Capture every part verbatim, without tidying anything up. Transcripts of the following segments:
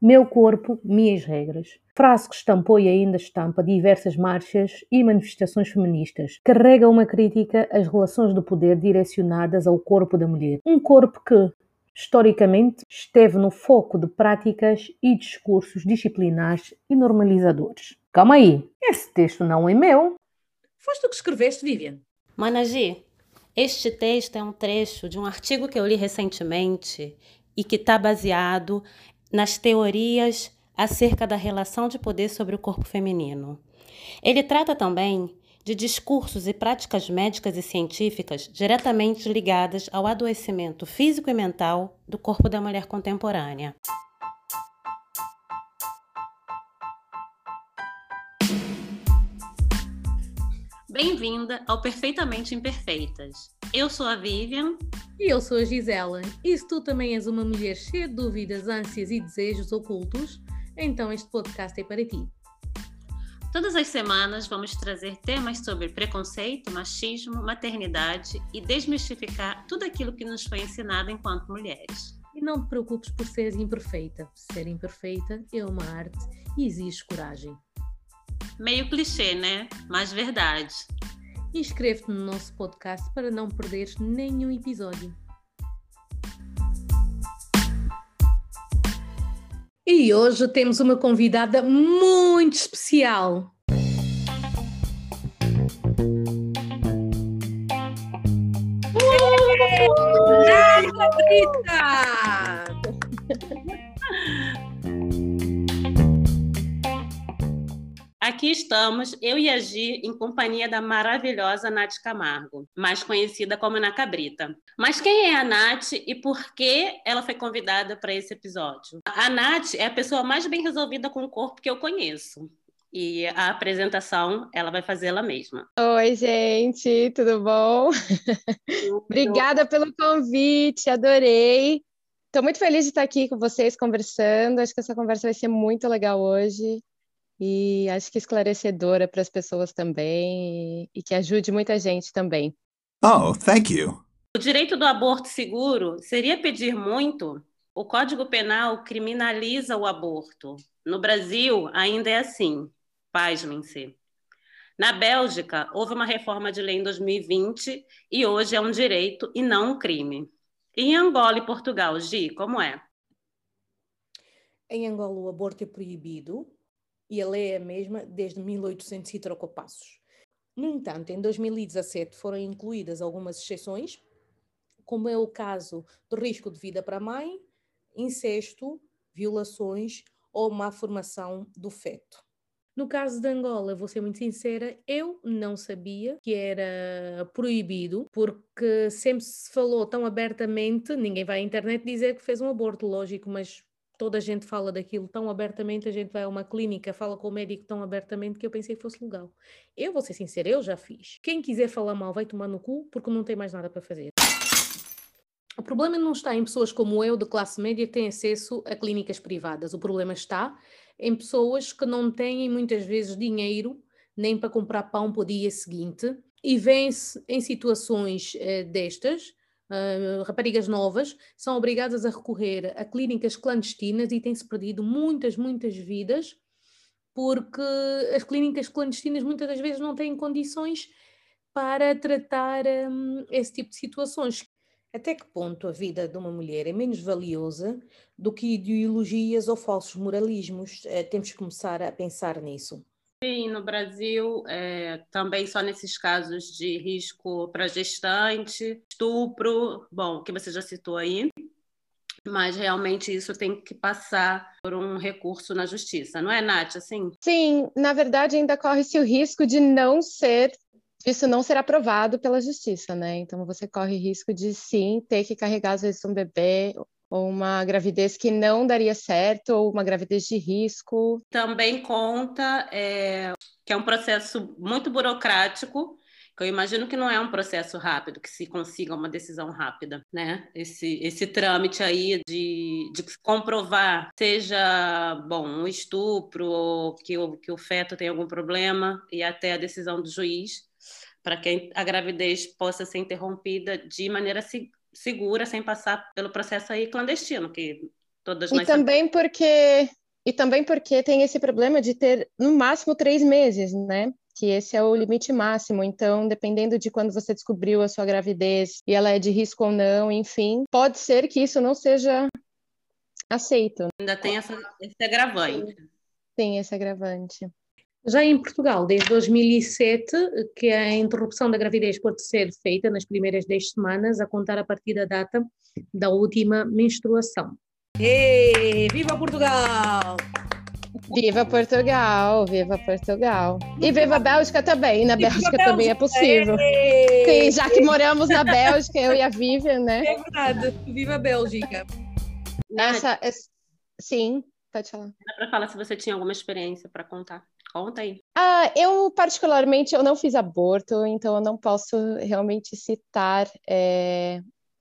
Meu corpo, minhas regras. Frase que estampou e ainda estampa diversas marchas e manifestações feministas. Carrega uma crítica às relações de poder direcionadas ao corpo da mulher. Um corpo que, historicamente, esteve no foco de práticas e discursos disciplinares e normalizadores. Calma aí, esse texto não é meu. Foste tu que escreveste, Vivian? Mana Gi, este texto é um trecho de um artigo que eu li recentemente e que está baseado nas teorias acerca da relação de poder sobre o corpo feminino. Ele trata também de discursos e práticas médicas e científicas diretamente ligadas ao adoecimento físico e mental do corpo da mulher contemporânea. Bem-vinda ao Perfeitamente Imperfeitas. Eu sou a Vivian. E eu sou a Gisela. E se tu também és uma mulher cheia de dúvidas, ânsias e desejos ocultos, então este podcast é para ti. Todas as semanas vamos trazer temas sobre preconceito, machismo, maternidade e desmistificar tudo aquilo que nos foi ensinado enquanto mulheres. E não te preocupes por seres imperfeita. Ser imperfeita é uma arte e exige coragem. Meio clichê, né? Mas verdade. Inscreve-te no nosso podcast para não perderes nenhum episódio. E hoje temos uma convidada muito especial. Olá, Rita! Aqui estamos, eu e a Gi, em companhia da maravilhosa Nath Camargo, mais conhecida como Ana Cabrita. Mas quem é a Nath e por que ela foi convidada para esse episódio? A Nath é a pessoa mais bem resolvida com o corpo que eu conheço. E a apresentação, ela vai fazer ela mesma. Oi, gente, tudo bom? Obrigada pelo convite, adorei. Estou muito feliz de estar aqui com vocês conversando. Acho que essa conversa vai ser muito legal hoje. E acho que esclarecedora para as pessoas também e, e que ajude muita gente também. Oh, thank you. O direito do aborto seguro seria pedir muito? O Código Penal criminaliza o aborto. No Brasil, ainda é assim. Pasmem-se. Na Bélgica, houve uma reforma de lei em dois mil e vinte e hoje é um direito e não um crime. E em Angola e Portugal, Gi, como é? Em Angola, o aborto é proibido. E a lei é a mesma desde mil e oitocentos e trocopassos. No entanto, em dois mil e dezassete foram incluídas algumas exceções, como é o caso do risco de vida para a mãe, incesto, violações ou má formação do feto. No caso de Angola, vou ser muito sincera, eu não sabia que era proibido, porque sempre se falou tão abertamente, ninguém vai à internet dizer que fez um aborto, lógico, mas toda a gente fala daquilo tão abertamente, a gente vai a uma clínica, fala com o médico tão abertamente que eu pensei que fosse legal. Eu vou ser sincera, eu já fiz. Quem quiser falar mal vai tomar no cu porque não tem mais nada para fazer. O problema não está em pessoas como eu, de classe média, que têm acesso a clínicas privadas. O problema está em pessoas que não têm muitas vezes dinheiro nem para comprar pão para o dia seguinte e vêm-se em situações eh, destas. Uh, raparigas novas são obrigadas a recorrer a clínicas clandestinas e tem-se perdido muitas, muitas vidas porque as clínicas clandestinas muitas das vezes não têm condições para tratar um, esse tipo de situações. Até que ponto a vida de uma mulher é menos valiosa do que ideologias ou falsos moralismos? Uh, temos que começar a pensar nisso. Sim, no Brasil, é, também só nesses casos de risco para gestante, estupro, bom, que você já citou aí, mas realmente isso tem que passar por um recurso na justiça, não é, Nath? Assim? Sim, na verdade ainda corre-se o risco de não ser, isso não ser aprovado pela justiça, né? Então você corre risco de sim ter que carregar às vezes um bebê ou uma gravidez que não daria certo, ou uma gravidez de risco. Também conta é, que é um processo muito burocrático, que eu imagino que não é um processo rápido, que se consiga uma decisão rápida, né? Esse, esse trâmite aí de, de comprovar, seja, bom, um estupro, ou que o, que o feto tem algum problema, e até a decisão do juiz, para que a gravidez possa ser interrompida de maneira segura, segura, sem passar pelo processo aí clandestino, que Todas E nós também porque e também porque tem esse problema de ter no máximo três meses, né? Que esse é o limite máximo. Então, dependendo de quando você descobriu a sua gravidez e ela é de risco ou não, enfim, pode ser que isso não seja aceito. ainda tem essa, esse agravante. Tem esse agravante. Já em Portugal, desde dois mil e sete, que a interrupção da gravidez pode ser feita nas primeiras dez semanas, a contar a partir da data da última menstruação. Ei, viva Portugal! Viva Portugal, viva Portugal. E viva a Bélgica também, na Bélgica também é possível. Sim, já que moramos na Bélgica, eu e a Vivian, né? É verdade, viva a Bélgica! Essa, essa... Sim, pode falar. Dá para falar se você tinha alguma experiência para contar. Conta aí. Ah, eu particularmente eu não fiz aborto, então eu não posso realmente citar é,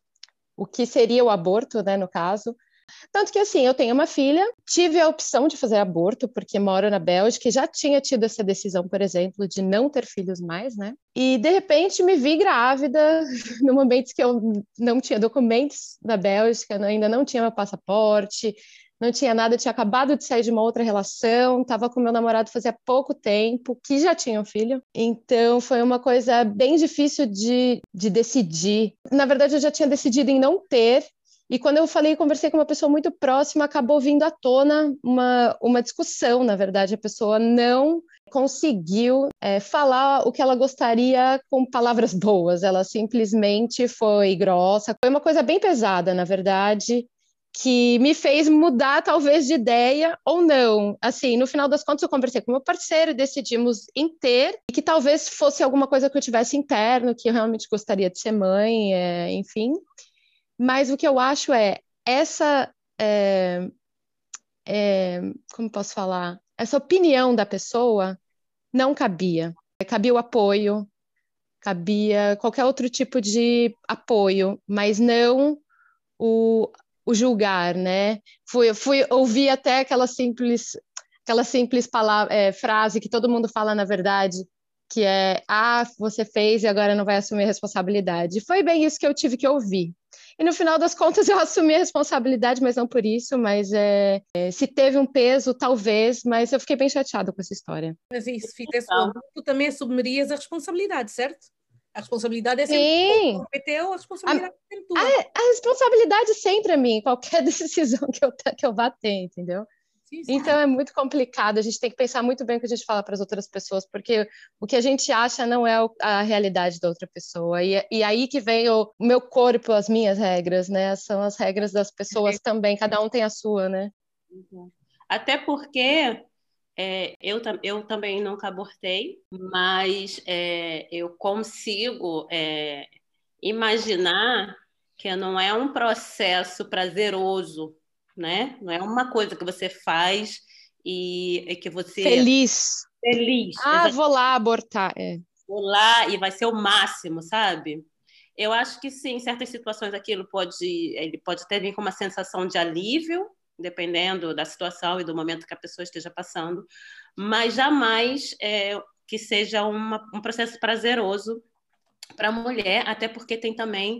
o que seria o aborto, né, no caso. Tanto que assim, eu tenho uma filha, tive a opção de fazer aborto porque moro na Bélgica e já tinha tido essa decisão, por exemplo, de não ter filhos mais, né? E de repente me vi grávida no momento que eu não tinha documentos da Bélgica, ainda não tinha meu passaporte, não tinha nada, tinha acabado de sair de uma outra relação, estava com meu namorado fazia pouco tempo, que já tinha um filho. Então, foi uma coisa bem difícil de, de decidir. Na verdade, eu já tinha decidido em não ter, e quando eu falei, conversei com uma pessoa muito próxima, acabou vindo à tona uma, uma discussão, na verdade. A pessoa não conseguiu é, falar o que ela gostaria com palavras boas, ela simplesmente foi grossa. Foi uma coisa bem pesada, na verdade, que me fez mudar talvez de ideia ou não. Assim, no final das contas eu conversei com meu parceiro e decidimos em ter, e que talvez fosse alguma coisa que eu tivesse interno, que eu realmente gostaria de ser mãe, é, enfim. Mas o que eu acho é, essa, é, é, como posso falar? Essa opinião da pessoa não cabia. Cabia o apoio, cabia qualquer outro tipo de apoio, mas não o o julgar, né? Fui, fui ouvir até aquela simples, aquela simples palavra, é, frase que todo mundo fala na verdade, que é, ah, você fez e agora não vai assumir a responsabilidade. Foi bem isso que eu tive que ouvir. E no final das contas eu assumi a responsabilidade, mas não por isso, mas é, é, se teve um peso, talvez, mas eu fiquei bem chateada com essa história. Mas e se fizesse o aborto, tu também assumirias a responsabilidade, certo? A responsabilidade é sempre Sim. tua, o P T O, a responsabilidade é sempre tua. A, a responsabilidade sempre é minha, qualquer decisão que eu, que eu vá ter, entendeu? Sim, sim. Então é muito complicado, a gente tem que pensar muito bem o que a gente fala para as outras pessoas, porque o que a gente acha não é a realidade da outra pessoa. E, e aí que vem o meu corpo, as minhas regras, né? São as regras das pessoas também, cada um tem a sua, né? Até porque é, eu, eu também nunca abortei, mas é, eu consigo é, imaginar que não é um processo prazeroso, né? Não é uma coisa que você faz e, e que você... Feliz. Feliz. Ah, exatamente. vou lá abortar. É. Vou lá e vai ser o máximo, sabe? Eu acho que sim, em certas situações aquilo pode, ele pode até vir com uma sensação de alívio, dependendo da situação e do momento que a pessoa esteja passando, mas jamais é, que seja uma, um processo prazeroso para a mulher, até porque tem também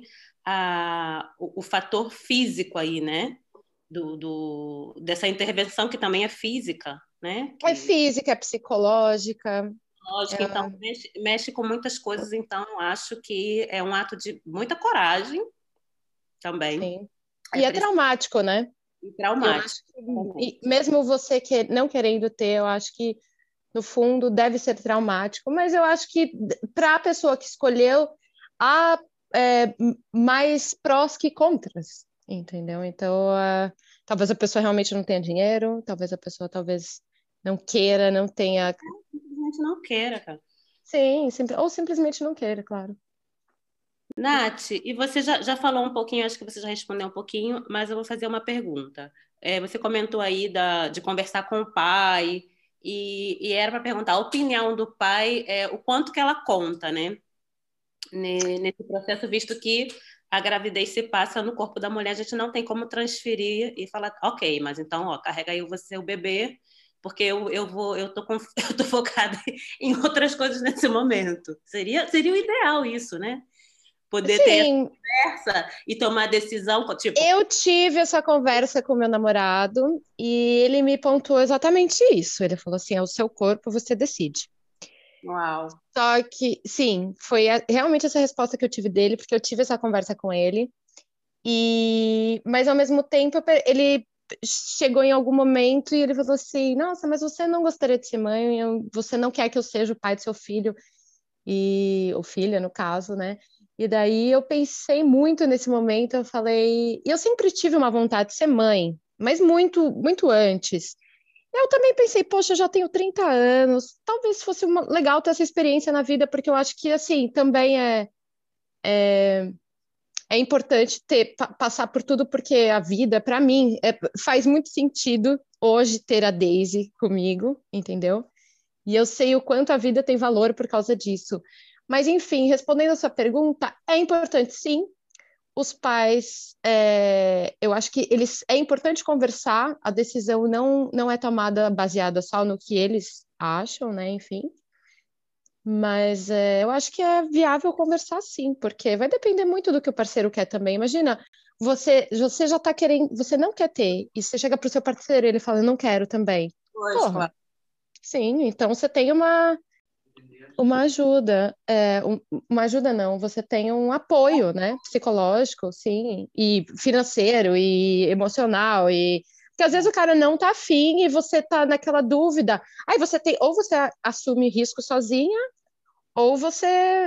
a, o, o fator físico aí, né? Do, do, dessa intervenção que também é física, né? Que... É física, é psicológica. Lógico, então mexe, mexe com muitas coisas, então acho que é um ato de muita coragem também. Sim. E é, é traumático, né? E traumático. Que, e mesmo você que, não querendo ter, eu acho que no fundo deve ser traumático, mas eu acho que para a pessoa que escolheu há é, mais prós que contras, entendeu? Então, uh, talvez a pessoa realmente não tenha dinheiro, talvez a pessoa talvez não queira, não tenha... Simplesmente não queira, cara. Sim, sim, ou simplesmente não queira, claro. Nath, e você já, já falou um pouquinho, acho que você já respondeu um pouquinho, mas eu vou fazer uma pergunta. É, você comentou aí da, de conversar com o pai, e, e era para perguntar a opinião do pai, é, o quanto que ela conta, né? Nesse processo, visto que a gravidez se passa no corpo da mulher, a gente não tem como transferir e falar, ok, mas então, ó, carrega aí você o bebê, porque eu, eu, vou, eu, tô, com, eu tô focada em outras coisas nesse momento. Seria, seria o ideal isso, né? poder ter essa Sim, conversa e tomar decisão, tipo, eu tive essa conversa com meu namorado e ele me pontuou exatamente isso. Ele falou assim: é o seu corpo, você decide. uau. Só que, sim, foi a- realmente essa resposta que eu tive dele, porque eu tive essa conversa com ele. E, mas ao mesmo tempo, eu pe- ele chegou em algum momento e ele falou assim: Nossa, mas você não gostaria de ser mãe? Eu- você não quer que eu seja o pai do seu filho? E o filho, no caso, né? E daí eu pensei muito nesse momento. Eu falei, e eu sempre tive uma vontade de ser mãe, mas muito, muito antes. Eu também pensei, poxa, eu já tenho trinta anos, talvez fosse uma- legal ter essa experiência na vida, porque eu acho que, assim, também é, é importante ter, pa- passar por tudo, porque a vida, para mim, é- faz muito sentido hoje ter a Daisy comigo, entendeu? E eu sei o quanto a vida tem valor por causa disso. Mas, enfim, respondendo a sua pergunta, é importante sim. Os pais, é, eu acho que eles é importante conversar, a decisão não, não é tomada baseada só no que eles acham, né? Enfim. Mas é, eu acho que é viável conversar sim, porque vai depender muito do que o parceiro quer também. Imagina, você, você já tá querendo, você não quer ter, e você chega pro seu parceiro e ele fala, eu não quero também. Pois, Porra, claro. sim, então você tem uma, uma ajuda, é, um- uma ajuda não, você tem um apoio, né, psicológico, sim, e financeiro, e emocional, e porque às vezes o cara não tá afim e você tá naquela dúvida, aí você tem, ou você a- assume risco sozinha, ou você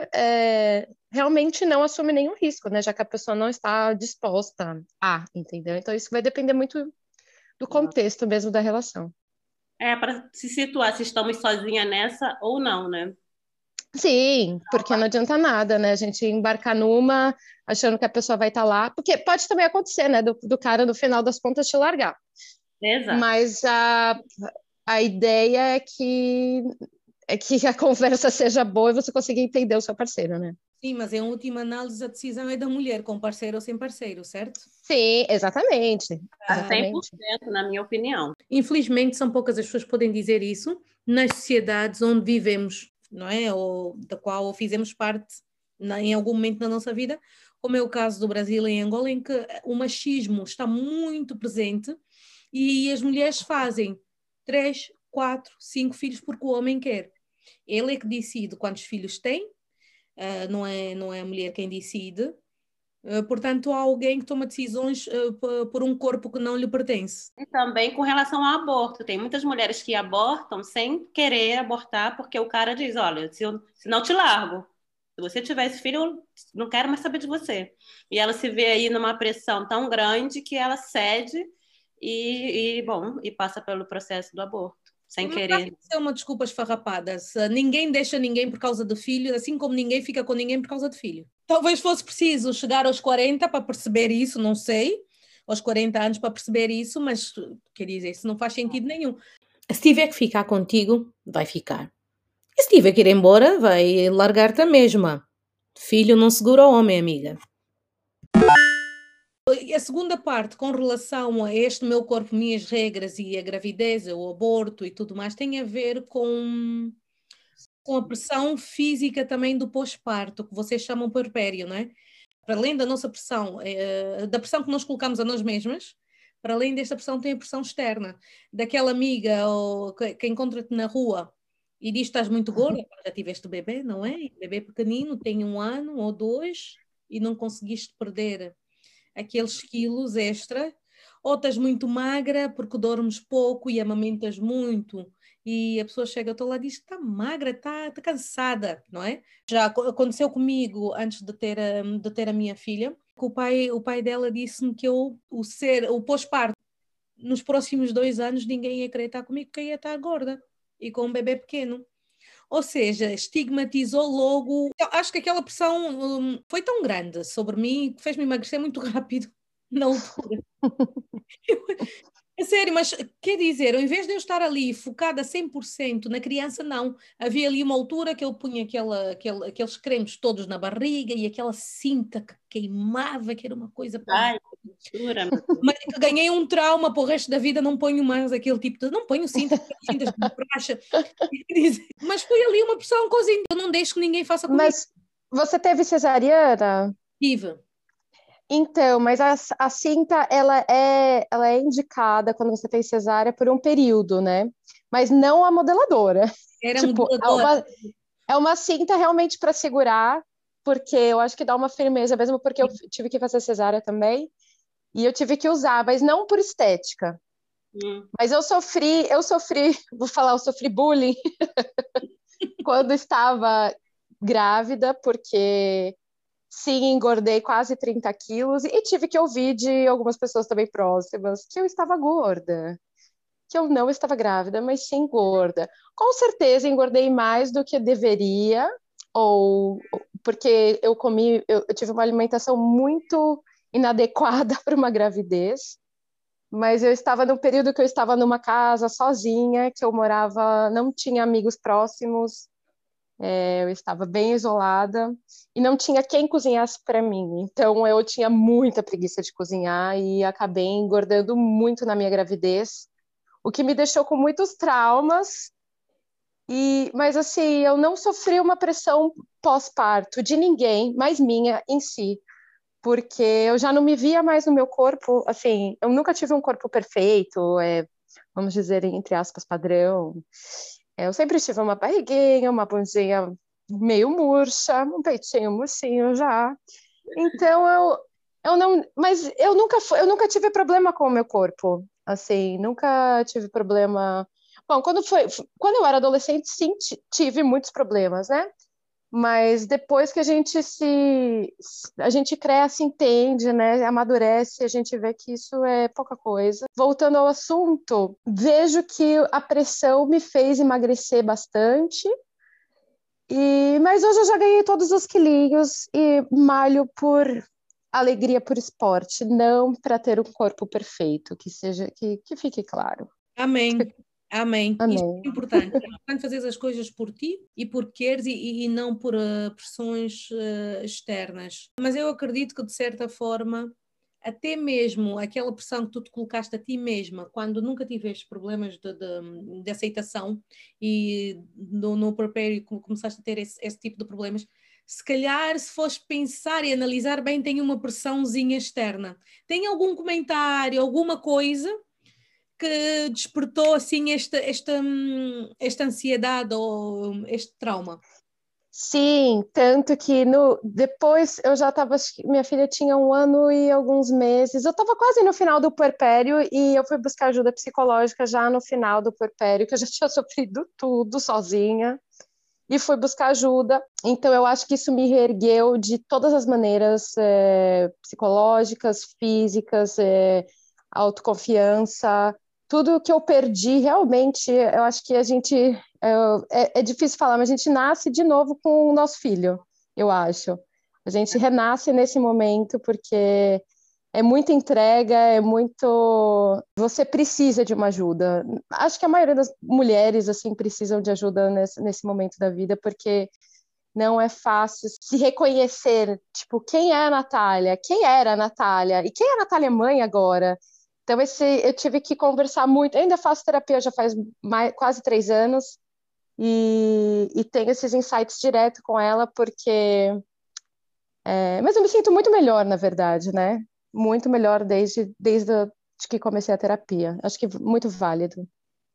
é, realmente não assume nenhum risco, né, já que a pessoa não está disposta a, entendeu? Então isso vai depender muito do contexto mesmo da relação. É para se situar se estamos sozinhas nessa ou não, né? Sim, porque não adianta nada, né? A gente embarcar numa achando que a pessoa vai estar lá, porque pode também acontecer, né? Do, do cara, no final das contas, te largar. Exato. Mas a, a ideia é que, é que a conversa seja boa e você consiga entender o seu parceiro, né? Sim, mas em última análise a decisão é da mulher, com parceiro ou sem parceiro, certo? Sim, exatamente. Ah, cem por Exatamente. cento na minha opinião. infelizmente, são poucas as pessoas que podem dizer isso nas sociedades onde vivemos, não é? Ou da qual fizemos parte na- em algum momento da nossa vida, como é o caso do Brasil e em Angola, em que o machismo está muito presente e as mulheres fazem três, quatro, cinco filhos porque o homem quer. Ele é que decide quantos filhos tem, ah, não é, não é a mulher quem decide. Ah, portanto, há alguém que toma decisões ah, p- por um corpo que não lhe pertence. E também com relação ao aborto. Tem muitas mulheres que abortam sem querer abortar, porque o cara diz: olha, se, eu, se não te largo. Se você tiver esse filho, eu não quero mais saber de você. E ela se vê aí numa pressão tão grande que ela cede e, e bom, e passa pelo processo do aborto, sem Mas acho querer. que isso é uma desculpa esfarrapada. Se ninguém deixa ninguém por causa de filho, assim como ninguém fica com ninguém por causa de filho. Talvez fosse preciso chegar aos quarenta para perceber isso, não sei, aos quarenta anos para perceber isso, mas quer dizer, isso não faz sentido nenhum. Se tiver que ficar contigo, vai ficar. E se tiver que ir embora, vai largar-te a mesma. Filho não segura o homem, amiga. E a segunda parte, com relação a este meu corpo, minhas regras e a gravidez, o aborto e tudo mais, tem a ver com, com a pressão física também do pós-parto, que vocês chamam puerpério, não é? Para além da nossa pressão, eh, da pressão que nós colocamos a nós mesmas, para além desta pressão tem a pressão externa, daquela amiga ou que, que encontra-te na rua e diz que estás muito gorda, já tiveste bebê, não é? Bebê pequenino, tem um ano ou dois e não conseguiste perder aqueles quilos extra, ou estás muito magra porque dormes pouco e amamentas muito, e a pessoa chega ao teu lado e diz: está magra, está tá cansada, não é? Já aconteceu comigo antes de ter a, de ter a minha filha, que o pai, o pai dela disse-me que eu, o ser, o pós-parto, nos próximos dois anos ninguém ia querer estar comigo porque eu ia estar gorda e com um bebê pequeno. Ou seja, estigmatizou logo. Eu acho que aquela pressão hum, foi tão grande sobre mim que fez-me emagrecer muito rápido na altura. É sério, mas quer dizer, ao invés de eu estar ali focada cem por cento na criança, não. Havia ali uma altura que eu punha aquela, aquele, aqueles cremes todos na barriga e aquela cinta que queimava, que era uma coisa para Ai, que mistura, meu Deus. mas que ganhei um trauma para o resto da vida, não ponho mais aquele tipo de. Não ponho cintas, cintas de praxe. Mas foi ali uma pressão cozinha. Eu não deixo que ninguém faça comigo. Mas Você teve cesariana? Tive. Então, mas a, a cinta, ela é, ela é indicada quando você tem cesárea por um período, né? Mas não a modeladora. Era Tipo, é modeladora. uma, é uma cinta realmente para segurar, porque eu acho que dá uma firmeza, mesmo porque eu tive que fazer cesárea também, e eu tive que usar, mas não por estética. Hum. Mas eu sofri, eu sofri, vou falar, eu sofri bullying quando estava grávida, porque sim, engordei quase trinta quilos e tive que ouvir de algumas pessoas também próximas que eu estava gorda, que eu não estava grávida, mas sim gorda. Com certeza engordei mais do que deveria, ou porque eu comi, eu, eu tive uma alimentação muito inadequada para uma gravidez. Mas eu estava no período que eu estava numa casa sozinha, que eu morava, não tinha amigos próximos, é, eu estava bem isolada e não tinha quem cozinhasse para mim. Então eu tinha muita preguiça de cozinhar e acabei engordando muito na minha gravidez, o que me deixou com muitos traumas. E, mas assim, eu não sofri uma pressão pós-parto de ninguém, mas minha em si, porque eu já não me via mais no meu corpo, assim, eu nunca tive um corpo perfeito, é, vamos dizer, entre aspas, padrão. É, eu sempre tive uma barriguinha, uma bundinha meio murcha, um peitinho murchinho já. Então eu, eu não, mas eu nunca fui, eu nunca tive problema com o meu corpo, assim, nunca tive problema. Bom, quando foi, quando eu era adolescente, sim, tive muitos problemas, né? Mas depois que a gente se a gente cresce, entende, né, amadurece, a gente vê que isso é pouca coisa. Voltando ao assunto, vejo que a pressão me fez emagrecer bastante. E mas hoje eu já ganhei todos os quilinhos e malho por alegria, por esporte, não para ter um corpo perfeito, que seja que, que fique claro. Amém. Amém. Isto Amém. é importante. É importante fazer as coisas por ti e por queres e, e não por uh, pressões uh, externas. Mas eu acredito que, de certa forma, até mesmo aquela pressão que tu te colocaste a ti mesma, quando nunca tiveste problemas de, de, de aceitação e no, no puerpério começaste a ter esse, esse tipo de problemas, se calhar, se fores pensar e analisar bem, tem uma pressãozinha externa. Tem algum comentário, alguma coisa que despertou assim esta, esta, esta ansiedade ou este trauma? Sim, tanto que no, depois eu já estava, minha filha tinha um ano e alguns meses, eu estava quase no final do puerpério e eu fui buscar ajuda psicológica já no final do puerpério, que eu já tinha sofrido tudo sozinha, e fui buscar ajuda. Então eu acho que isso me reergueu de todas as maneiras, é, psicológicas, físicas, é, autoconfiança, tudo que eu perdi, realmente, eu acho que a gente, é, é difícil falar, mas a gente nasce de novo com o nosso filho, eu acho. A gente renasce nesse momento porque é muita entrega, é muito. Você precisa de uma ajuda. Acho que a maioria das mulheres assim precisam de ajuda nesse, nesse momento da vida, porque não é fácil se reconhecer, tipo, quem é a Natália? Quem era a Natália? E quem é a Natália mãe agora? Então, esse, eu tive que conversar muito. Eu ainda faço terapia já faz mais, quase três anos e, e tenho esses insights direto com ela, porque. É, mas eu me sinto muito melhor, na verdade, né? Muito melhor desde, desde a, de que comecei a terapia. Acho que muito válido.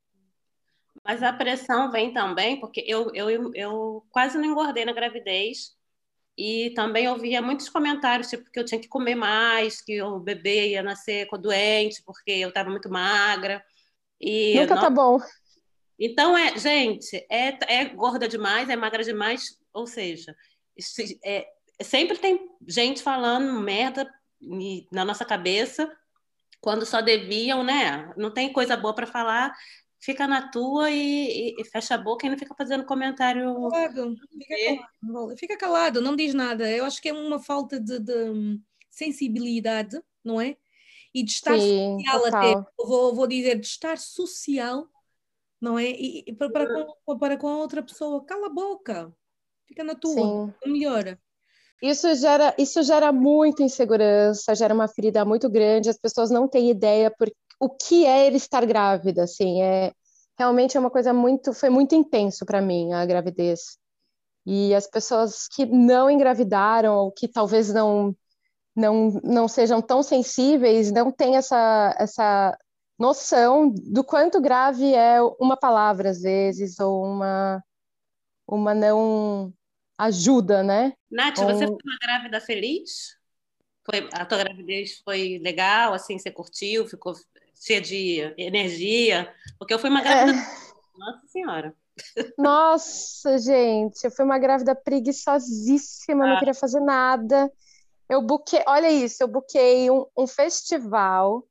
Mas a pressão vem também, porque eu, eu, eu quase não engordei na gravidez e também ouvia muitos comentários, tipo, que eu tinha que comer mais, que o bebê ia nascer doente, porque eu estava muito magra. E, Nunca tá nossa, bom. então, é, gente, é, é gorda demais, é magra demais, ou seja, isso, é, sempre tem gente falando merda na nossa cabeça, quando só deviam, né? Não tem coisa boa para falar, fica na tua e, e, e fecha a boca e não fica fazendo comentário. Calado, fica calado, fica calado, não diz nada. Eu acho que é uma falta de, de sensibilidade, não é? E de estar Sim, social até, total. vou, vou dizer, de estar social, não é? E, e para, para, com, para com a outra pessoa, cala a boca, fica na tua, Sim. melhor. Isso gera, isso gera muita insegurança, gera uma ferida muito grande, as pessoas não têm ideia por o que é ele estar grávida, assim, é realmente é uma coisa muito, foi muito intenso para mim a gravidez. E as pessoas que não engravidaram, ou que talvez não, não, não sejam tão sensíveis, não têm essa, essa noção do quanto grave é uma palavra, às vezes, ou uma, uma não ajuda, né? Nath, você foi Um, uma grávida feliz? Foi, a tua gravidez foi legal, assim, você curtiu, ficou cheia de energia? Porque eu fui uma grávida, é, nossa senhora. nossa, gente, eu fui uma grávida preguiçosíssima, não Ah, queria fazer nada. Eu buquei, olha isso, eu buquei um, um festival.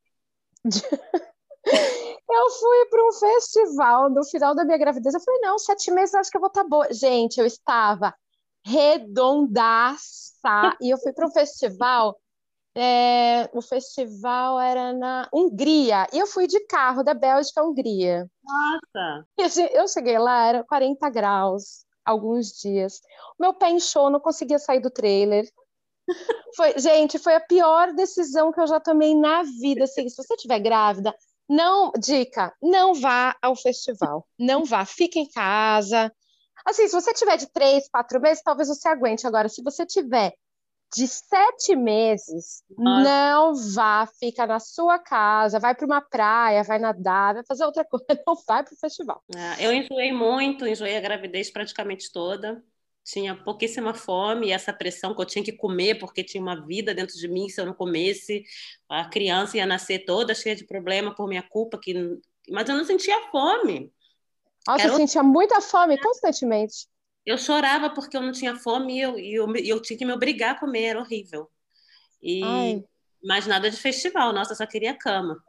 Eu fui para um festival no final da minha gravidez. Eu falei, não, sete meses acho que eu vou estar boa. Gente, eu estava redondaça. E eu fui para um festival. É, o festival era na Hungria. E eu fui de carro da Bélgica à Hungria. nossa. E assim, eu cheguei lá, era quarenta graus, alguns dias. Meu pé inchou, não conseguia sair do trailer. Foi, gente, foi a pior decisão que eu já tomei na vida. Assim, se você estiver grávida, não, dica, não vá ao festival. Não vá, fique em casa. Assim, se você tiver de três, quatro meses, talvez você aguente. Agora, se você tiver de sete meses, Nossa. não vá, fica na sua casa, vai para uma praia, vai nadar, vai fazer outra coisa, não vai para o festival. É, eu enjoei muito, enjoei a gravidez praticamente toda. Tinha pouquíssima fome e essa pressão que eu tinha que comer porque tinha uma vida dentro de mim. Se eu não comesse, a criança ia nascer toda cheia de problema por minha culpa. Que... Mas eu não sentia fome. Nossa, eu Era... sentia muita fome constantemente. Eu chorava porque eu não tinha fome e eu, e eu, e eu tinha que me obrigar a comer. Era horrível. E Ai, mais nada de festival. Nossa, eu só queria cama.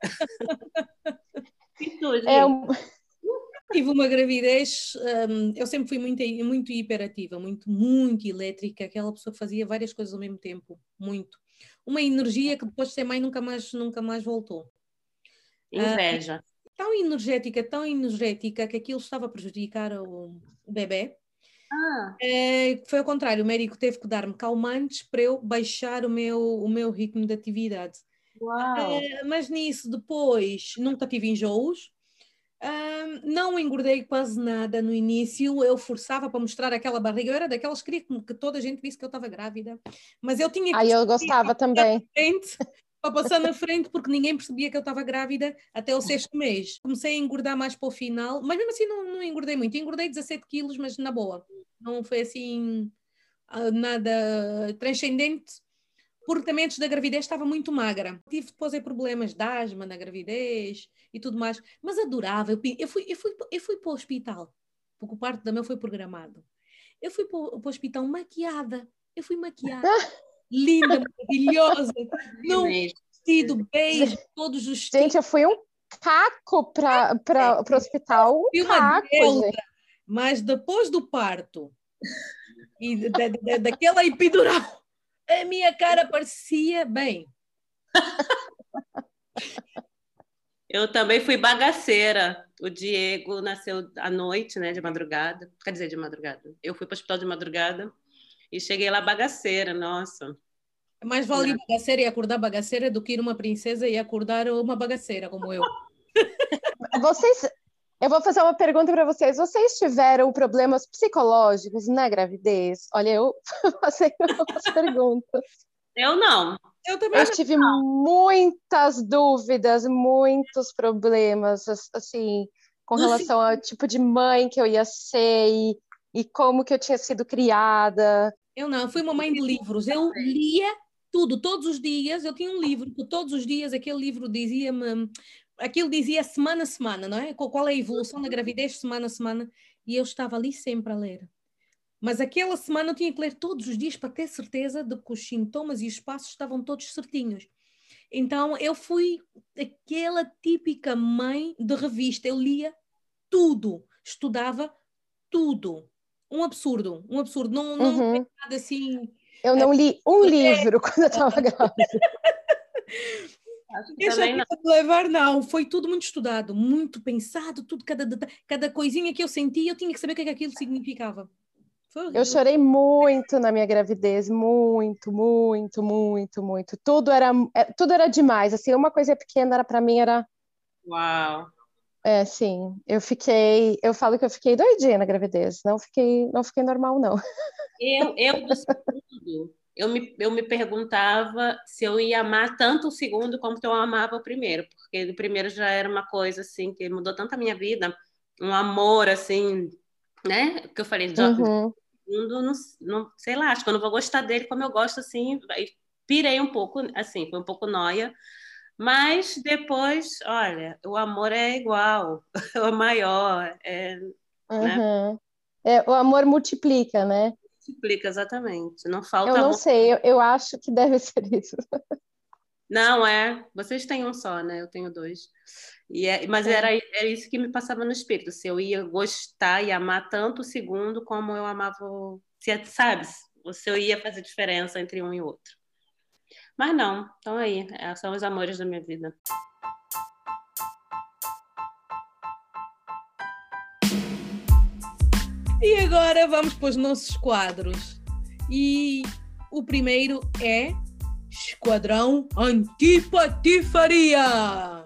E tu, é Gi? um... Tive uma gravidez, hum, eu sempre fui muito, muito hiperativa, muito, muito elétrica, aquela pessoa que fazia várias coisas ao mesmo tempo, muito. Uma energia que depois de ser mãe nunca mais, nunca mais voltou. Ah, Inveja. tão energética, tão energética que aquilo estava a prejudicar o, o bebê. Ah, É, foi ao contrário, o médico teve que dar-me calmantes para eu baixar o meu, o meu ritmo de atividade. uau. É, mas nisso depois nunca tive enjoos. Ahm, não engordei quase nada no início, eu forçava para mostrar aquela barriga, eu era daquelas que queria que que toda a gente visse que eu estava grávida, mas eu tinha que Aí eu discutir gostava para passar na também. frente, para passar na frente, porque ninguém percebia que eu estava grávida até o sexto mês. Comecei a engordar mais para o final, mas mesmo assim não, não engordei muito, engordei dezassete quilos, mas na boa, não foi assim ah, nada transcendente, porque também antes da gravidez estava muito magra. Tive depois aí problemas de asma na gravidez e tudo mais, mas adorava. Eu, pi- eu fui, eu fui, eu fui para o hospital, porque o parto da meu foi programado. Eu fui para o, para o hospital maquiada. Eu fui maquiada, linda, maravilhosa, num Mesmo. vestido beige, todos os Gente, tipos. eu fui um caco para o hospital, um Fui uma caco, deusa, gente. mas depois do parto e da, da, daquela epidural, a minha cara parecia bem. Eu também fui bagaceira. O Diego nasceu à noite, né, de madrugada. Quer dizer, de madrugada. Eu fui para o hospital de madrugada e cheguei lá bagaceira, nossa. Mais vale ir bagaceira e acordar bagaceira do que ir uma princesa e acordar uma bagaceira, como eu. Vocês, eu vou fazer uma pergunta para vocês. Vocês tiveram problemas psicológicos na gravidez? Olha, eu fazendo umas perguntas. Eu não. Eu também Eu não. tive muitas dúvidas, muitos problemas, assim, com Lucy, relação ao tipo de mãe que eu ia ser e, e como que eu tinha sido criada. eu não, fui uma mãe de livros. Eu lia tudo, todos os dias. Eu tinha um livro que todos os dias aquele livro dizia-me, aquilo dizia semana a semana, não é? Qual é a evolução da gravidez semana a semana? E eu estava ali sempre a ler. Mas aquela semana eu tinha que ler todos os dias para ter certeza de que os sintomas e os passos estavam todos certinhos. Então eu fui aquela típica mãe de revista. Eu lia tudo, estudava tudo. Um absurdo, um absurdo. Não, não tem Uhum. nada assim. Eu eh, não li um livro quando eu estava grávida. Acho que Deixa a também não. vida me levar, não. Foi tudo muito estudado, muito pensado, tudo, cada, detalhe, cada coisinha que eu sentia, eu tinha que saber o que é que aquilo significava. Foi Eu horrível. chorei muito na minha gravidez, muito, muito, muito, muito. Tudo era, é, tudo era demais. Assim, uma coisa pequena era para mim era Uau. É, sim. Eu fiquei, eu falo que eu fiquei doidinha na gravidez. Não fiquei, não fiquei normal, não. Eu, eu do segundo, eu me, eu me perguntava se eu ia amar tanto o segundo como eu amava o primeiro, porque o primeiro já era uma coisa assim que mudou tanto a minha vida, um amor assim, né? Que eu falei, já- Uhum. segundo, não, não, sei lá, acho que eu não vou gostar dele como eu gosto assim. Aí pirei um pouco, assim, foi um pouco nóia. Mas depois, olha, o amor é igual, é maior, é, né? Uhum. É, o amor multiplica, né? Explica exatamente. Não Eu falta não amor. sei, eu, eu acho que deve ser isso. Não, é. Vocês têm um só, né? Eu tenho dois. E é, mas É. era, era isso que me passava no espírito. Se eu ia gostar e amar tanto o segundo como eu amava. o- Se, sabe? Se eu ia fazer diferença entre um e outro. Mas não, estão aí. É, são os amores da minha vida. E agora vamos para os nossos quadros. E o primeiro é Esquadrão Antipatifaria.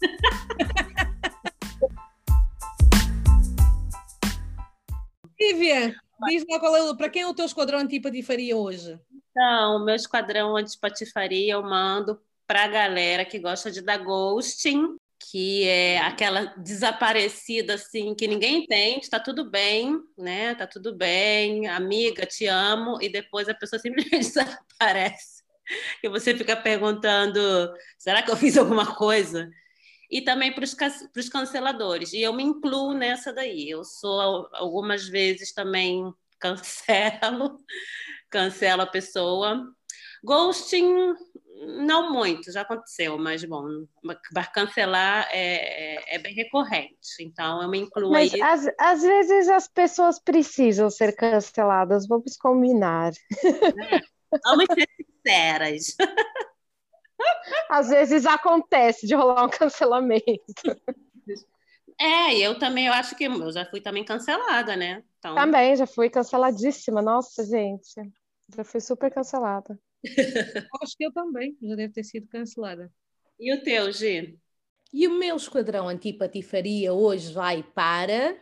Vivian, diz lá qual é, o- para quem é o teu esquadrão antipatifaria hoje? Então, o meu esquadrão antipatifaria eu mando para a galera que gosta de dar ghosting, que é aquela desaparecida assim que ninguém entende, tá tudo bem, né? Tá tudo bem, amiga, te amo, e depois a pessoa simplesmente desaparece. E você fica perguntando: será que eu fiz alguma coisa? E também para os canceladores. E eu me incluo nessa daí. Eu sou, algumas vezes também cancelo, cancelo a pessoa. Ghosting, não muito, já aconteceu, mas bom, para cancelar é, é, é bem recorrente. Então, eu me incluo Mas aí. às, às vezes as pessoas precisam ser canceladas, vamos combinar. Né? Vamos ser sinceras. Às vezes acontece de rolar um cancelamento. É, e eu também, eu acho que eu já fui também cancelada, né? Então, Também já fui canceladíssima. Nossa, gente, já fui super cancelada. Acho que eu também, já deve ter sido cancelada. e o teu, Gi? E o meu esquadrão antipatifaria hoje vai para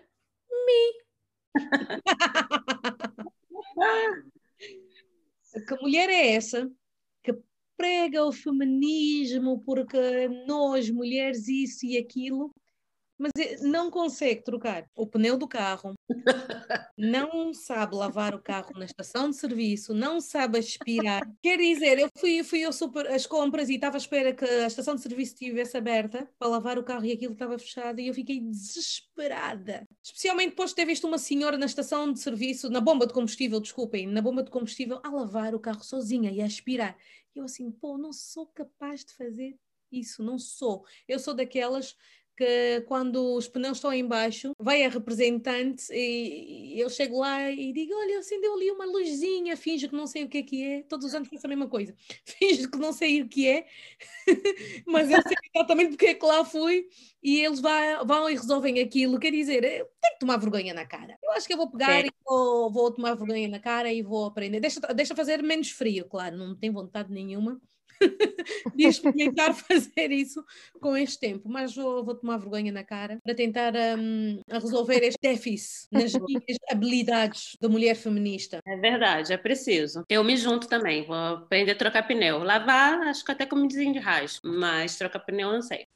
que mulher é essa que prega o feminismo porque nós, mulheres, isso e aquilo, mas não consegue trocar o pneu do carro, não sabe lavar o carro na estação de serviço, não sabe aspirar. Quer dizer, eu fui, fui eu super às compras e estava à espera que a estação de serviço estivesse aberta para lavar o carro e aquilo estava fechado e eu fiquei desesperada. Especialmente depois de ter visto uma senhora na estação de serviço, na bomba de combustível, desculpem, na bomba de combustível, a lavar o carro sozinha e a aspirar. E eu assim, pô, não sou capaz de fazer isso, não sou. Eu sou daquelas que quando os pneus estão em baixo, vai a representante e, e eu chego lá e digo, olha, acendeu ali uma luzinha, finjo que não sei o que é que é, todos os anos faço a mesma coisa, finjo que não sei o que é, mas eu sei exatamente porque é que lá fui e eles vai, vão e resolvem aquilo, quer dizer, eu tenho que tomar vergonha na cara. Eu acho que eu vou pegar É. e vou, vou tomar vergonha na cara e vou aprender. Deixa, deixa fazer menos frio, claro, não tenho vontade nenhuma de experimentar fazer isso com este tempo, mas vou, vou tomar vergonha na cara para tentar um, resolver este déficit nas minhas habilidades de mulher feminista. É verdade, é preciso. Eu me junto também, vou aprender a trocar pneu. Lavar, acho que até como dizem de raiz, mas trocar pneu eu não sei.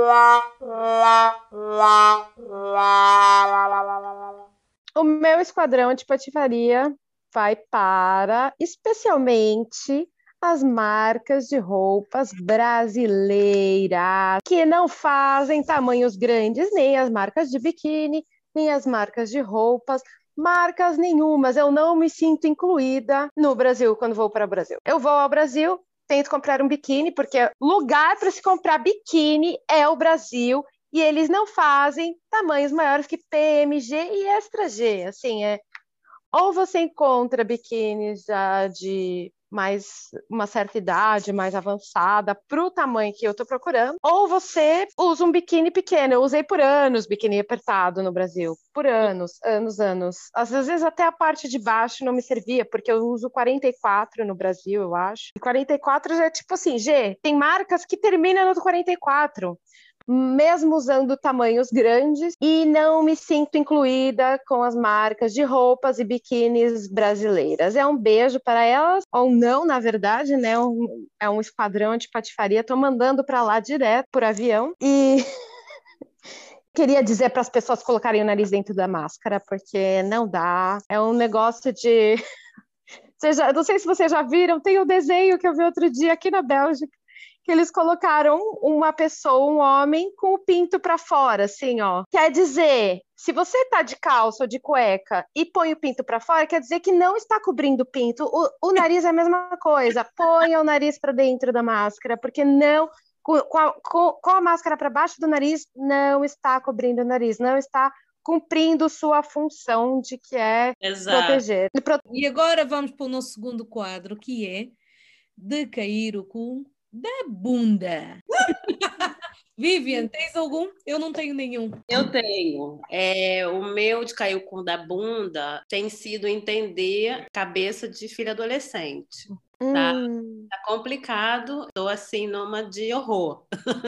O meu esquadrão de patifaria vai para, especialmente, as marcas de roupas brasileiras, que não fazem tamanhos grandes, nem as marcas de biquíni, nem as marcas de roupas, marcas nenhumas. Eu não me sinto incluída no Brasil quando vou para o Brasil. Eu vou ao Brasil, tento comprar um biquíni, porque lugar para se comprar biquíni é o Brasil, e eles não fazem tamanhos maiores que P M G e extra G, assim, é... Ou você encontra biquínis já de mais uma certa idade, mais avançada, para o tamanho que eu estou procurando, ou você usa um biquíni pequeno. Eu usei por anos biquíni apertado no Brasil, por anos, anos, anos. Às vezes até a parte de baixo não me servia, porque eu uso quarenta e quatro no Brasil, eu acho. E quarenta e quatro já é tipo assim, G, tem marcas que terminam no quarenta e quatro. mesmo usando tamanhos grandes, e não me sinto incluída com as marcas de roupas e biquínis brasileiras. É um beijo para elas, ou não, na verdade, né? Um, é um esquadrão de patifaria, tô mandando para lá direto por avião, e queria dizer para as pessoas colocarem o nariz dentro da máscara, porque não dá, é um negócio de... Você já, não sei se vocês já viram, tem um desenho que eu vi outro dia aqui na Bélgica, que eles colocaram uma pessoa, um homem, com o pinto para fora, assim, ó. Quer dizer, se você tá de calça ou de cueca e põe o pinto para fora, quer dizer que não está cobrindo o pinto. O, o nariz é a mesma coisa. Ponha o nariz para dentro da máscara, porque não... Com a, com, com a máscara para baixo do nariz, não está cobrindo o nariz, não está cumprindo sua função de que é Exato. proteger. E agora vamos para o nosso segundo quadro, que é de cair o cu da bunda. Vivian, tens algum? Eu não tenho nenhum. Eu tenho. É, o meu de cair o cu da bunda tem sido entender cabeça de filho adolescente. Tá, Hum. tá complicado, tô assim numa de horror.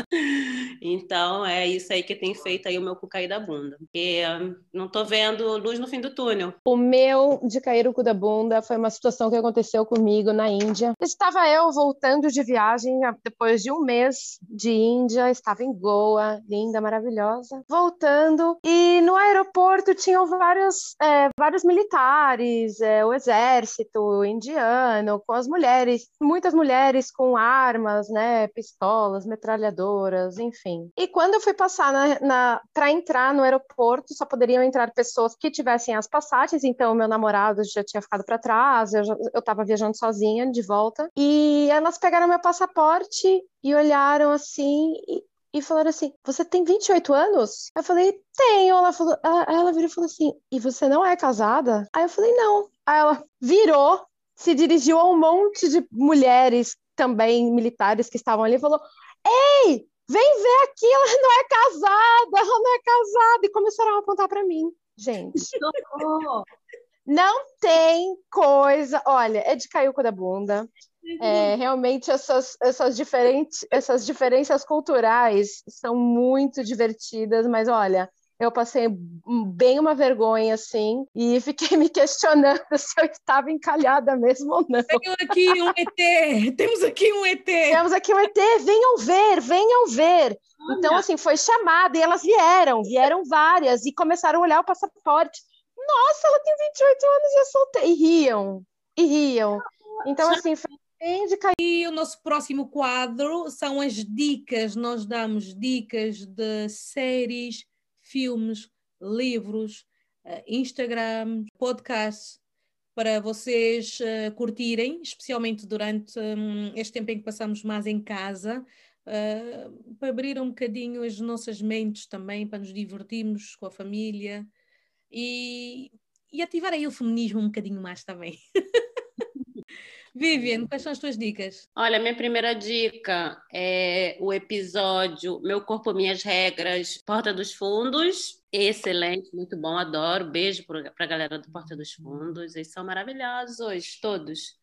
Então é isso aí que tem feito aí o meu cu cair da bunda. Porque não tô vendo luz no fim do túnel. O meu de cair o cu da bunda foi uma situação que aconteceu comigo na Índia. Estava eu voltando de viagem depois de um mês de Índia, estava em Goa, linda, maravilhosa, voltando, e no aeroporto tinham vários, é, vários militares, é, o exército indiano, com as mulheres mulheres, muitas mulheres com armas, né, pistolas, metralhadoras, enfim. E quando eu fui passar na, na, para entrar no aeroporto, só poderiam entrar pessoas que tivessem as passagens, então meu namorado já tinha ficado para trás, eu estava viajando sozinha de volta, e elas pegaram meu passaporte e olharam assim e, e falaram assim, você tem vinte e oito anos? Eu falei, tenho. Ela falou, ela, ela virou e falou assim, e você não é casada? Aí eu falei, não. Aí ela virou, se dirigiu a um monte de mulheres também militares que estavam ali e falou, ei, vem ver aqui, ela não é casada, ela não é casada. E começaram a apontar para mim, gente. Não tem coisa, olha, é de cair o cu da bunda. É, realmente essas, essas, diferentes, essas diferenças culturais são muito divertidas, mas olha, eu passei bem uma vergonha, assim, e fiquei me questionando se eu estava encalhada mesmo ou não. Tenho aqui um E T, temos aqui um E T. Temos aqui um E T, venham ver, venham ver. Olha. Então, assim, foi chamada e elas vieram, vieram várias, e começaram a olhar o passaporte. Nossa, ela tem vinte e oito anos e é solteira. E riam, e riam. Então, assim, foi bem de cair. E o nosso próximo quadro são as dicas. Nós damos dicas de séries, filmes, livros, Instagram, podcasts, para vocês uh, curtirem, especialmente durante um, este tempo em que passamos mais em casa, uh, para abrir um bocadinho as nossas mentes também, para nos divertirmos com a família e, e ativar aí o feminismo um bocadinho mais também. Vivian, quais são as tuas dicas? Olha, minha primeira dica é o episódio Meu Corpo, Minhas Regras, Porta dos Fundos. Excelente, muito bom, adoro. Beijo para a galera do Porta dos Fundos, eles são maravilhosos, todos.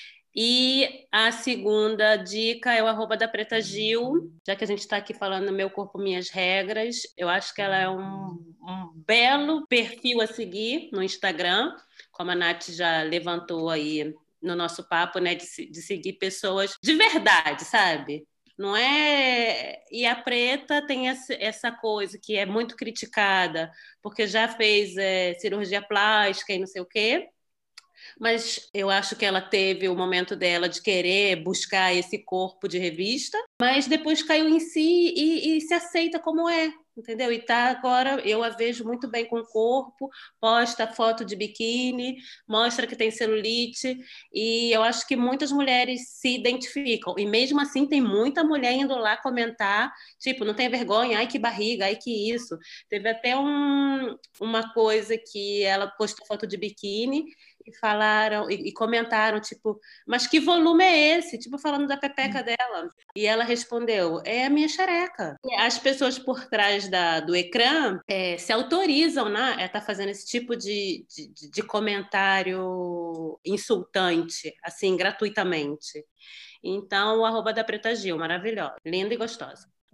E a segunda dica é o arroba da Preta Gil, já que a gente está aqui falando Meu Corpo, Minhas Regras. Eu acho que ela é um, um belo perfil a seguir no Instagram, como a Nath já levantou aí no nosso papo, né, de, de seguir pessoas de verdade, sabe? Não é... E a Preta tem essa coisa que é muito criticada, porque já fez é, cirurgia plástica e não sei o quê, mas eu acho que ela teve o momento dela de querer buscar esse corpo de revista, mas depois caiu em si e, e se aceita como é, entendeu? E tá agora, eu a vejo muito bem com o corpo, posta foto de biquíni, mostra que tem celulite, e eu acho que muitas mulheres se identificam, e mesmo assim tem muita mulher indo lá comentar, tipo, não tem vergonha, ai que barriga, ai que isso. Teve até um, uma coisa que ela postou foto de biquíni, e falaram, e, e comentaram, tipo, mas que volume é esse? Tipo, falando da pepeca dela. E ela respondeu, é a minha xereca. E as pessoas por trás da, do ecrã é, se autorizam, né, a estar fazendo esse tipo de, de, de comentário insultante, assim, gratuitamente. Então, o arroba da Preta Gil, maravilhosa, linda e gostosa.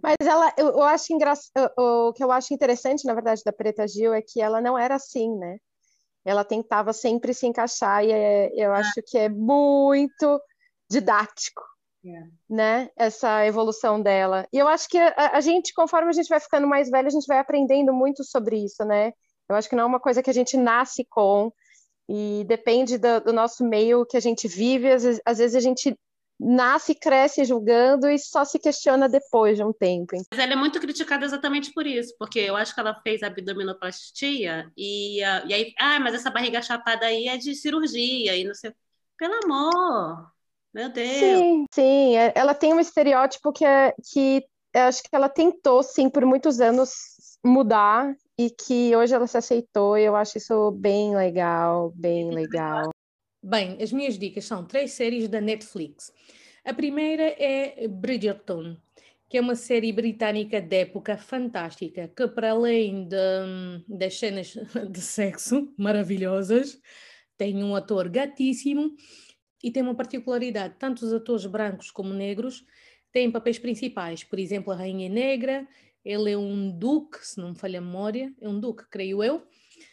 Mas ela, eu, eu acho engra... o, o que eu acho interessante, na verdade, da Preta Gil é que ela não era assim, né? Ela tentava sempre se encaixar e é- eu acho que é muito didático, É. né? Essa evolução dela. E eu acho que a, a gente, conforme a gente vai ficando mais velha, a gente vai aprendendo muito sobre isso, né? Eu acho que não é uma coisa que a gente nasce com e depende do, do nosso meio que a gente vive. Às vezes, às vezes a gente nasce e cresce julgando e só se questiona depois de um tempo. Mas ela é muito criticada exatamente por isso, porque eu acho que ela fez abdominoplastia e, ah, e aí, ah, mas essa barriga chapada aí é de cirurgia e não sei. Pelo amor, meu Deus. Sim, sim, é- ela tem um estereótipo que é que eu acho que ela tentou, sim, por muitos anos mudar e que hoje ela se aceitou e eu acho isso bem legal, bem legal. Bem, as minhas dicas são três séries da Netflix. A primeira é Bridgerton, que é uma série britânica de época fantástica, que para além de, das cenas de sexo maravilhosas, tem um ator gatíssimo e tem uma particularidade, tanto os atores brancos como negros têm papéis principais. Por exemplo, a Rainha Negra, ele é um duque, se não me falha a memória, é um duque, creio eu.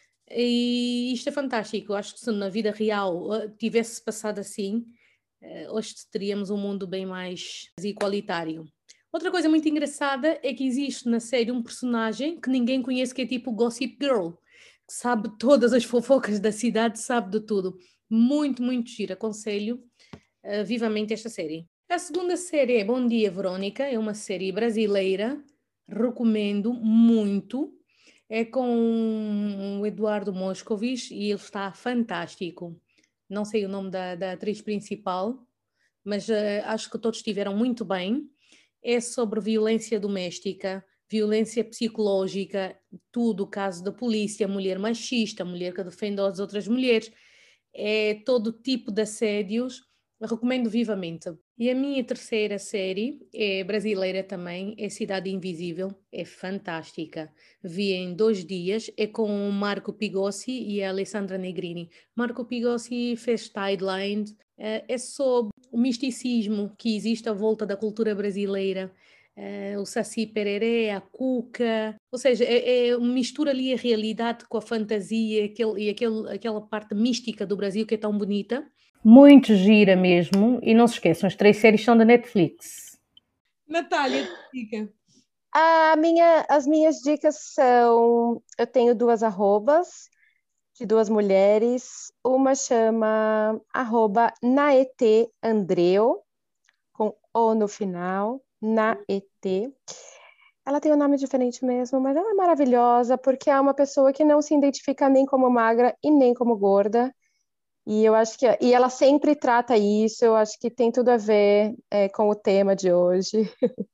E isto é fantástico. Eu acho que se na vida real eh, tivesse passado assim, eh, hoje teríamos um mundo bem mais igualitário. Outra coisa muito engraçada é que existe na série um personagem que ninguém conhece, que é tipo Gossip Girl, que sabe todas as fofocas da cidade, sabe de tudo. Muito, muito giro. Aconselho uh, vivamente esta série. A segunda série é Bom Dia, Verônica. É uma série brasileira. Recomendo muito. É com o Eduardo Moscovis e ele está fantástico. Não sei o nome da, da atriz principal, mas uh, acho que todos estiveram muito bem. É sobre violência doméstica, violência psicológica, tudo, caso da polícia, mulher machista, mulher que defende as outras mulheres, é todo tipo de assédios, recomendo vivamente. E a minha terceira série é brasileira também, é Cidade Invisível, é fantástica. Vi em dois dias, é com o Marco Pigossi e a Alessandra Negrini. Marco Pigossi fez Tideline, é sobre o misticismo que existe à volta da cultura brasileira, uh, o Saci Pereré, a Cuca, ou seja, é, é mistura ali a realidade com a fantasia aquele, e aquele, aquela parte mística do Brasil que é tão bonita. Muito gira mesmo, e não se esqueçam, as três séries são da Netflix. Natália, dica. A minha, as minhas dicas são, eu tenho duas arrobas de duas mulheres, uma chama arroba naeteandreu, com O no final, Naete. Ela tem um nome diferente mesmo, mas ela é maravilhosa porque é uma pessoa que não se identifica nem como magra e nem como gorda. E eu acho que e ela sempre trata isso, eu acho que tem tudo a ver é, com o tema de hoje.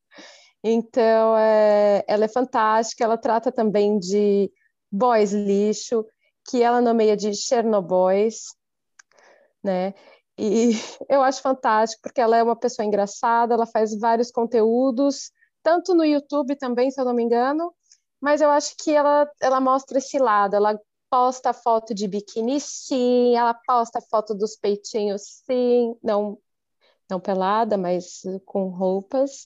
Então, é, ela é fantástica, ela trata também de boys lixo, que ela nomeia de Chernobyls, né? E eu acho fantástico, porque ela é uma pessoa engraçada, ela faz vários conteúdos, tanto no YouTube também, se eu não me engano, mas eu acho que ela, ela mostra esse lado, ela posta foto de biquíni, sim, ela posta foto dos peitinhos, sim, não, não pelada, mas com roupas,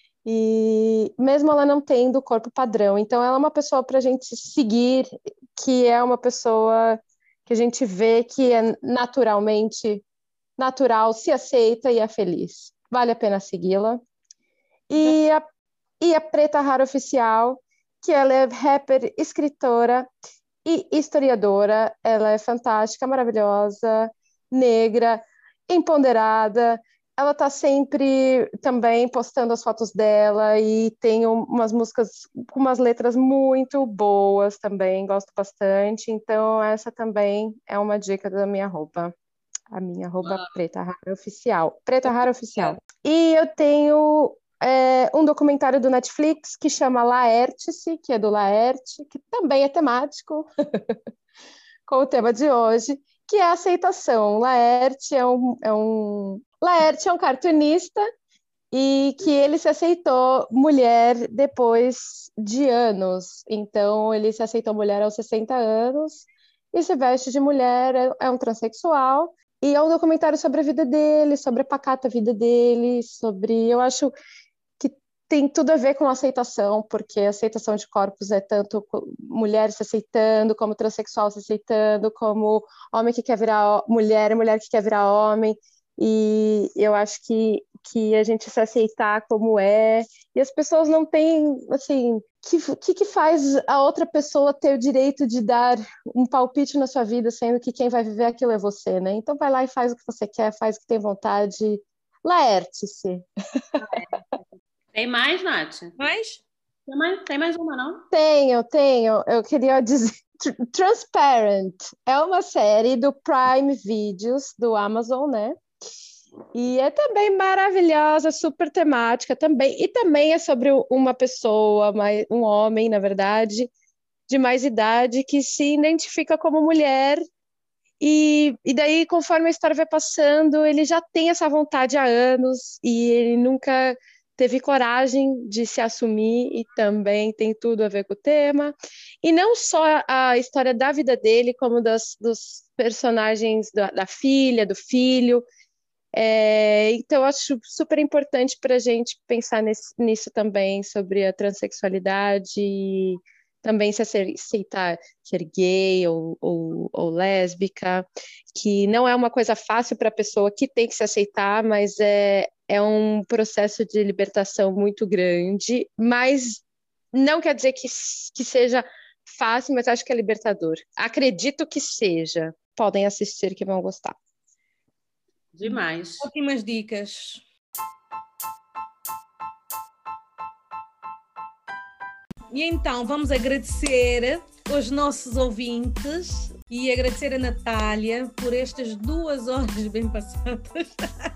e mesmo ela não tendo corpo padrão, então ela é uma pessoa para a gente seguir, que é uma pessoa que a gente vê que é naturalmente natural, se aceita e é feliz. Vale a pena segui-la. E a, e a Preta Rara Oficial, que ela é rapper, escritora e historiadora. Ela é fantástica, maravilhosa, negra, empoderada. Ela tá sempre também postando as fotos dela e tem umas músicas com umas letras muito boas também, gosto bastante. Então, essa também é uma dica da minha roupa. A minha arroba Preta Rara Oficial. Preta Rara Oficial. E eu tenho é, um documentário do Netflix que chama Laertice, que é do Laerte, que também é temático com o tema de hoje, que é a aceitação. Laerte é um, é um... Laerte é um cartunista e que ele se aceitou mulher depois de anos. Então, ele se aceitou mulher aos sessenta anos e se veste de mulher, é, é um transexual. E é um documentário sobre a vida dele, sobre a pacata vida dele, sobre... Eu acho que tem tudo a ver com aceitação, porque a aceitação de corpos é tanto mulher se aceitando, como transexual se aceitando, como homem que quer virar mulher, mulher que quer virar homem. E eu acho que, que a gente se aceitar como é, e as pessoas não têm, assim, o que, que, que faz a outra pessoa ter o direito de dar um palpite na sua vida, sendo que quem vai viver aquilo é você, né? Então vai lá e faz o que você quer, faz o que tem vontade, laerte-se. Tem mais, Nath? Mais? Tem mais, tem mais uma, não? Tenho, tenho. Eu queria dizer... Transparent é uma série do Prime Videos, do Amazon, né? E é também maravilhosa, super temática também. E também é sobre uma pessoa, um homem, na verdade, de mais idade, que se identifica como mulher. E, e daí, conforme a história vai passando, ele já tem essa vontade há anos e ele nunca teve coragem de se assumir, e também tem tudo a ver com o tema. E não só a história da vida dele, como das, dos personagens da, da filha, do filho. É, então, eu acho super importante para a gente pensar nesse, nisso também, sobre a transexualidade e também se aceitar ser gay ou, ou, ou lésbica, que não é uma coisa fácil para a pessoa que tem que se aceitar, mas é, é um processo de libertação muito grande, mas não quer dizer que, que seja fácil, mas acho que é libertador. Acredito que seja. Podem assistir que vão gostar. Demais. Ótimas dicas. E então, vamos agradecer aos nossos ouvintes e agradecer a Natália por estas duas horas bem passadas.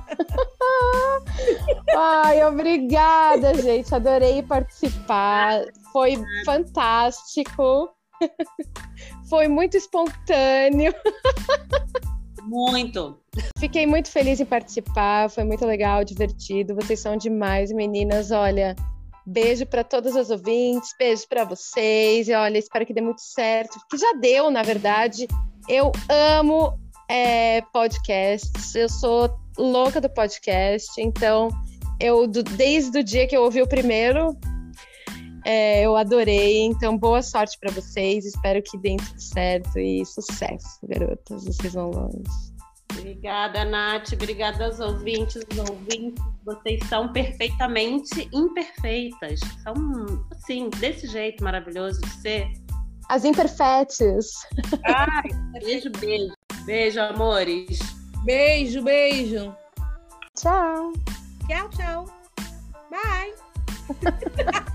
Ai, obrigada, gente. Adorei participar. Foi fantástico. Foi muito espontâneo. Muito. Fiquei muito feliz em participar. Foi muito legal, divertido. Vocês são demais, meninas. Olha, beijo para todas as ouvintes, beijo para vocês. E olha, espero que dê muito certo. Que já deu, na verdade. Eu amo é, podcasts. Eu sou louca do podcast. Então, eu do, desde o dia que eu ouvi o primeiro, é, eu adorei. Então, boa sorte para vocês. Espero que dê tudo certo e sucesso, garotas. Vocês vão longe. Obrigada, Nath. Obrigada aos ouvintes, aos ouvintes. Vocês são perfeitamente imperfeitas. São, assim, desse jeito maravilhoso de ser. As imperfetes. Ai, beijo, beijo. Beijo, amores. Beijo, beijo. Tchau. Tchau, tchau. Bye.